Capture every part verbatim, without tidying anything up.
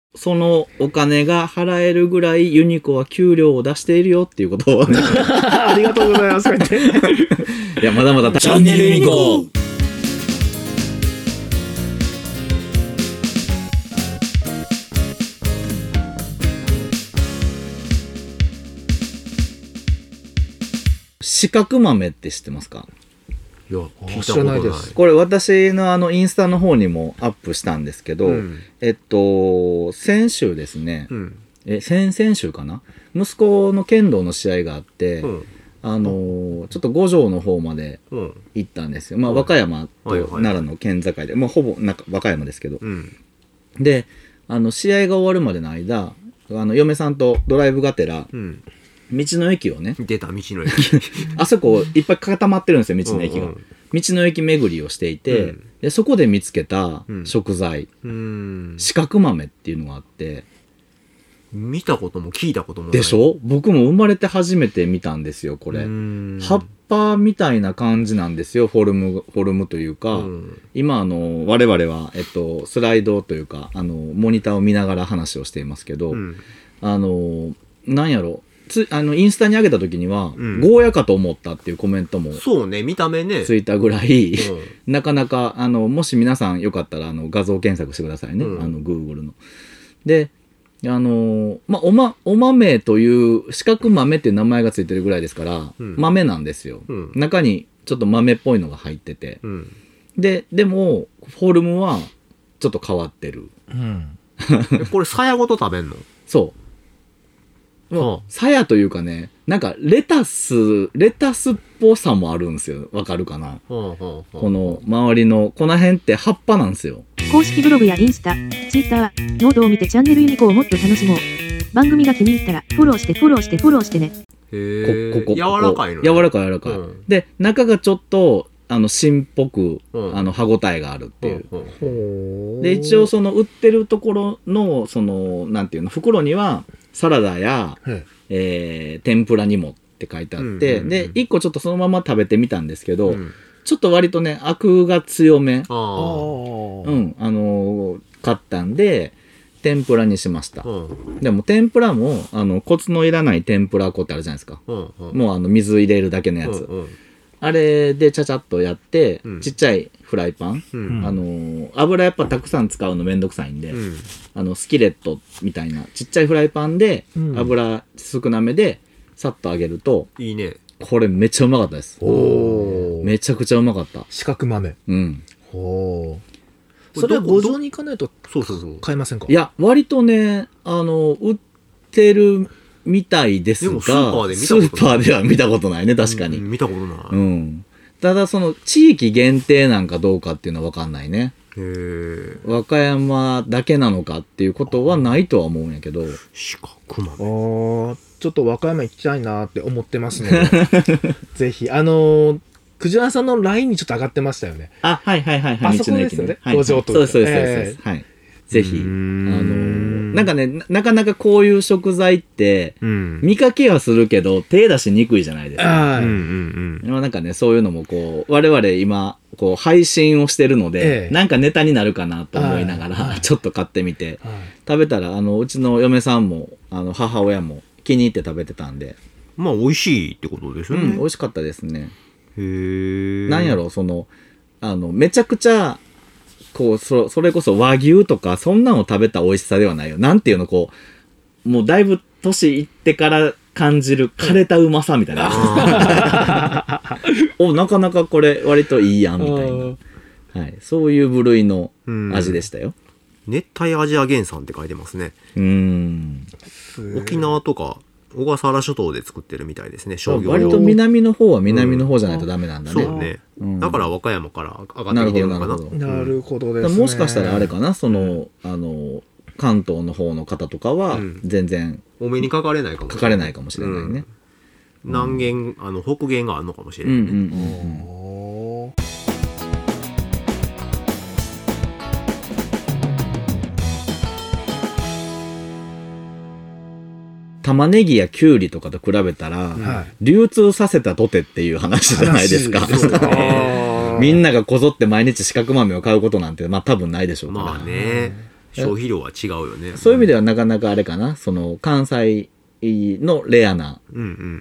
そのお金が払えるぐらいユニコは給料を出しているよっていうことを、ね、 ありがとうございます。いやまだまだチャンネルユニコ。 四角豆って知ってますか？ いや聞いたことないです。 これ私のあのインスタの方にもアップしたんですけど、うん、えっと先週ですね、うん、え先々週かな、息子の剣道の試合があって、うん、あのー、ちょっと五条の方まで行ったんですよ、うん、まあ和歌山と奈良の県境で、まあ、ほぼなんか和歌山ですけど、うん、であの試合が終わるまでの間、あの嫁さんとドライブがてら、うん、道の駅をね、 出た道の駅あそこいっぱい固まってるんですよ、道の駅が。うんうん、道の駅巡りをしていて、うん、でそこで見つけた食材、うん、四角豆っていうのがあって、 見たことも聞いたこともないでしょ。僕も生まれて初めて見たんですよこれ。葉っぱみたいな感じなんですよ、フォルムフォルムというか、うん、今あの我々は、えっと、スライドというかあのモニターを見ながら話をしていますけど、うん、あのなんやろつあのインスタに上げた時には、うん、ゴーヤかと思ったっていうコメントもそうね、見た目ねついたぐらい、うん、なかなかあのもし皆さんよかったらあの画像検索してくださいね、うん、あの Google のであのまあおまお豆という四角豆っていう名前がついてるぐらいですから、うん、豆なんですよ、うん、中にちょっと豆っぽいのが入ってて、うん、ででもフォルムはちょっと変わってる、うん、 これ鞘ごと食べんの？ そうもう鞘というかね、なんかレタスレタスっぽさもあるんですよ。わかるかな、うんうんうん、この周りのこの辺って葉っぱなんですよ。 公式ブログやインスタ、ツイッター、ノートを見てチャンネルユニコをもっと楽しもう。番組が気に入ったらフォローしてフォローしてフォローしてね。 へこここ柔らかいの、 ね、柔らかい柔らかい、うん、で中がちょっとあの芯っぽく、うん、あの歯ごたえがあるっていう、うんうん、で一応その売ってるところのそのなんていうの袋にはサラダや、えー、天ぷらにもって書いてあって、うんうんうん、でいっこちょっとそのまま食べてみたんですけど、うん、ちょっと割とねアクが強め、あ、うんあのー、買ったんで天ぷらにしました、うん、でも天ぷらもあのコツのいらない天ぷら粉ってあるじゃないですか、うんうん、もうあの水入れるだけのやつ、うんうん、あれでちゃちゃっとやって、うん、ちっちゃいフライパン、うん、あのー、油やっぱたくさん使うのめんどくさいんで、うん、あのスキレットみたいなちっちゃいフライパンで、うん、油少なめでさっと揚げるといいね。 これめっちゃうまかったです。おめちゃくちゃうまかった。 四角豆。 うん。 ほう。それは五条に行かないと買えませんか？ いや割とねあの売ってるみたいですが、でもスーパーで見たことない。スーパーでは見たことないね、確かに、 うん、見たことない、 うん、ただその地域限定なんかどうかっていうのは分かんないね。へー、和歌山だけなのかっていうことはないとは思うんやけど、 四角豆、 あちょっと和歌山行きたいなって思ってますのでぜひあのー、クジラさんの ライン にちょっと上がってましたよね。 あ、はいはいはいはい、 あそこですよね、 五条と、そうですそうですそうです、はい、ぜひあのーなんかね、なかなかこういう食材って、うん、見かけはするけど手出しにくいじゃないですか。うんうんうん、なんかねそういうのもこう我々今こう配信をしてるので、ええ、なんかネタになるかなと思いながらちょっと買ってみて、食べたらあのうちの嫁さんもあの母親も気に入って食べてたんで、 まあ美味しいってことですよね。 うん、美味しかったですね。へー、なんやろそのあのめちゃくちゃこう そ, それこそ和牛とかそんなのを食べた美味しさではないよ。なんていうのこうもうだいぶ年いってから感じる枯れたうまさみたいなおなかなかこれ割といいやんみたいな、はい、そういう部類の味でしたよ。 熱帯アジア原産って書いてますね。うーん、沖縄とか小笠原諸島で作ってるみたいですね。商業割と南の方は南の方じゃないとダメなんだね。 うん、そうね、うん、だから和歌山から上がってきてるのかな。 なるほどですね。 もしかしたらあれかな、その、うん、あの関東の方の方とかは全然、 うん、お目にかかれないかもしれない。 かかれないかもしれないね。 うん、南限あの北限があるのかもしれないね。うんうんうんうん、 玉ねぎやきゅうりとかと比べたら、はい、流通させたとてっていう話じゃないですか。みんながこぞって毎日四角豆を買うことなんてまあ多分ないでしょうから。 まあね、 消費量は違うよね。 そういう意味ではなかなかあれかな、その関西のレアな、 うんうん、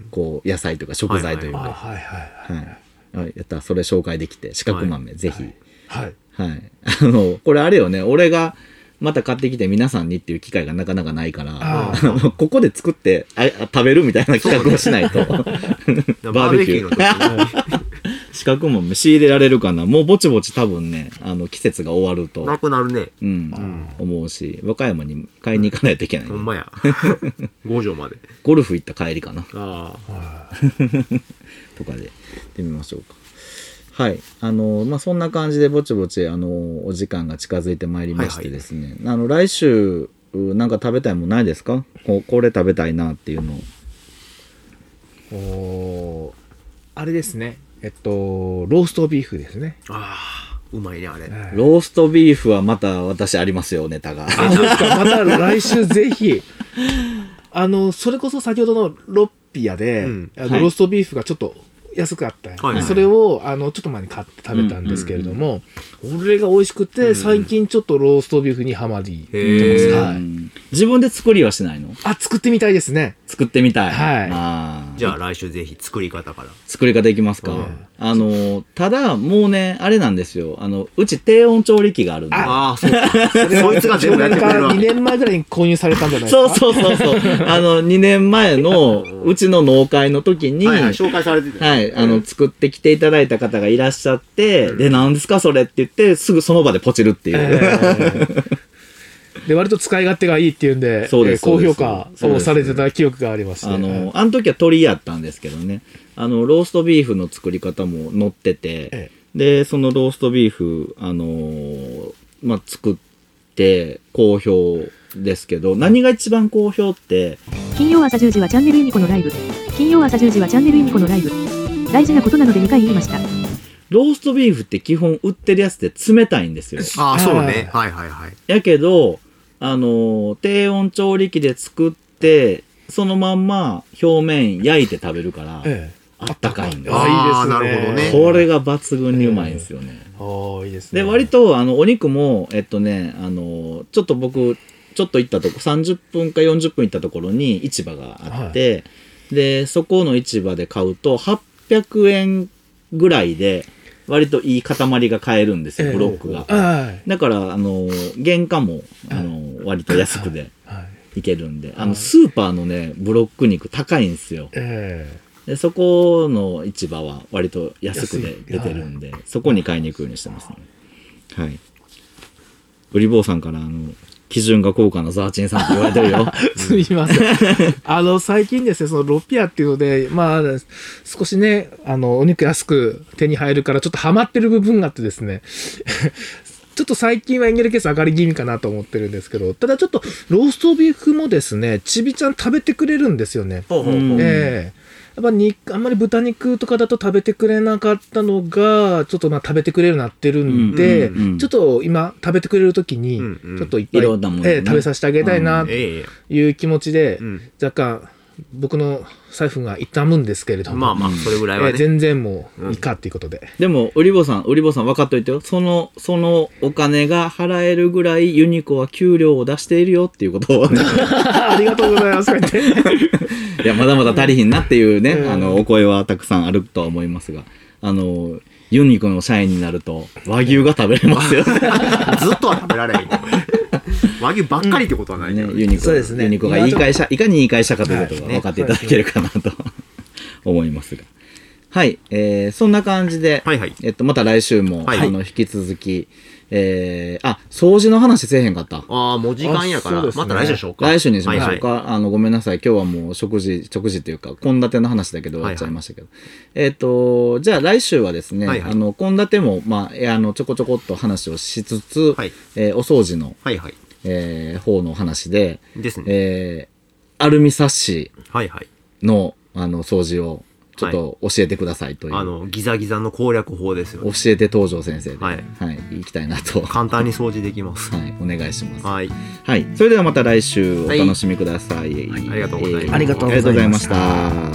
こう野菜というか食材というか、はいはいはい、やったらそれ紹介できて、四角豆、はい、ぜひ、 はいはい、あのこれあれよね、俺がまた買ってきて皆さんにっていう機会がなかなかないから、ここで作ってあ食べるみたいな企画をしないとバーベキュー四角豆仕入れられるかな。もうぼちぼち多分ね、あの季節が終わるとなくなるね、 うん、うん、思うし、和歌山に買いに行かないといけない、ね、 ほんまや五条までゴルフ行った帰りかなあとかで行ってみましょうか。はい、あのまあそんな感じでぼちぼちあのお時間が近づいてまいりましてですね、はいはい、あの来週なんか食べたいもんないですか？ここれ食べたいなっていうのを。おあれですね、えっとローストビーフですね。 ああうまいねあれ、はい、 ローストビーフはまた私ありますよ、ネタが。 あ、そうですか。また来週ぜひあのそれこそ先ほどのロッピアで、うん、あのローストビーフがちょっと安くあった、はい、それをあのちょっと前に買って食べたんですけれども、うんうんうん、俺が美味しくて、うん、最近ちょっとローストビーフにハマりてます、はい、 自分で作りはしないの？ あ、作ってみたいですね。 作ってみたい、 はい、 あじゃあ来週ぜひ作り方から作り方いきますか、うん、あのただもうねあれなんですよ、あのうち低温調理器があるんで、 ああそうかそいつが全部やってくれるわ。 にねんまえぐらいに購入されたんじゃないですか。 そうそうそうそうあのにねんまえのうちの農会の時に、 はいはい、紹介されてた、 はい、あの作ってきていただいた方がいらっしゃって、うん、で何ですかそれって言ってすぐその場でポチるっていう、えーで割と使い勝手がいいっていうんで、 そうです、 えー、高評価をされてた記憶がありまして、 あのあの時は鶏やったんですけどね、あのローストビーフの作り方も載ってて、ええ、でそのローストビーフ、あのーまあ、作って好評ですけど、何が一番好評って金曜朝じゅうじはチャンネルユニコのライブ、金曜朝じゅうじはチャンネルユニコのライブ、大事なことなのでにかい言いました。 ローストビーフって基本売ってるやつって冷たいんですよ。 ああそうね、はいはいはい。 やけどあの低温調理器で作ってそのまんま表面焼いて食べるから、ええ、あったかいんですよ。 ああ、 なるほどね。 これが抜群にうまいんですよね。 えー、あいいですね。 で割とあのお肉もえっとねあのちょっと僕ちょっと行ったとこさんじゅっぷんかよんじゅっぷん行ったところに市場があって、はい、でそこの市場で買うとはっぴゃくえんぐらいで割といい塊が買えるんですよ、ブロックが、えー、だからあの原価もあの割と安くでいけるんで、あのスーパーのねブロック肉高いんですよ、えー、でそこの市場は割と安くで出てるんで、そこに買いに行くようにしてますね。はい。売り坊さんからあの基準が高価なザーチンさんって言われてるよ。 すみません。あの、最近ですね、そのロピアっていうので、まあ、少しね、あの、お肉安く手に入るから、ちょっとハマってる部分があってですね、ちょっと最近はエンゲル係数上がり気味かなと思ってるんですけど、ただちょっとローストビーフもですね、ちびちゃん食べてくれるんですよね。ほうほうほう。えーやっぱにあんまり豚肉とかだと食べてくれなかったのがちょっとまあ食べてくれるようになってるんで、うんうんうん、ちょっと今食べてくれる時にちょっといっぱい、うんうんねえー、食べさせてあげたいなという気持ちで、うん、若干僕の財布が痛むんですけれども、 まあまあそれぐらいはね、 えー、全然もういいかっていうことで、 うん、でも売り坊さん売り坊さん分かっといてよ、そのそのお金が払えるぐらいユニコは給料を出しているよっていうことをありがとうございます。 いやまだまだ足りひんなっていうね、うん、あのお声はたくさんあるとは思いますが、あのユニコの社員になると和牛が食べれますよ。ずっとは食べられない。和牛ばっかりってことはないけど、 ね、ユニコ、そうですね、ユニコがいい会社、いかにいい会社かということが分かっていただけるかなと思いますが、はい、えー、そんな感じで、はいはい、えっと、また来週も、はいはい、あの引き続き、えー、あ、掃除の話せえへんかった。 ああ、もう時間やから、ね、また来週にしようか。 来週にしましょうか。はいはい、あの、ごめんなさい。今日はもう食事、食事というか、献立の話だけど終わっちゃいましたけど。はいはい、えっ、ー、と、じゃあ来週はですね、はいはい、あの、献立も、まあ、あの、ちょこちょこっと話をしつつ、はい、えー、お掃除の、はいはい、えー、方の話で、 ですね。 えー、アルミサッシの、はいはい、あの、掃除を、ちょっと教えてくださいという、はい、 あのギザギザの攻略法ですよね。 教えて東條先生で、はいはい、行きたいなと。 簡単に掃除できます。 はい、お願いします。 はい、 はい、それではまた来週お楽しみください。 はいはい、ありがとうございます。 ありがとうございました。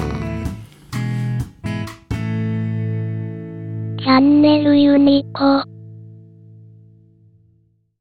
チャンネルユニコ。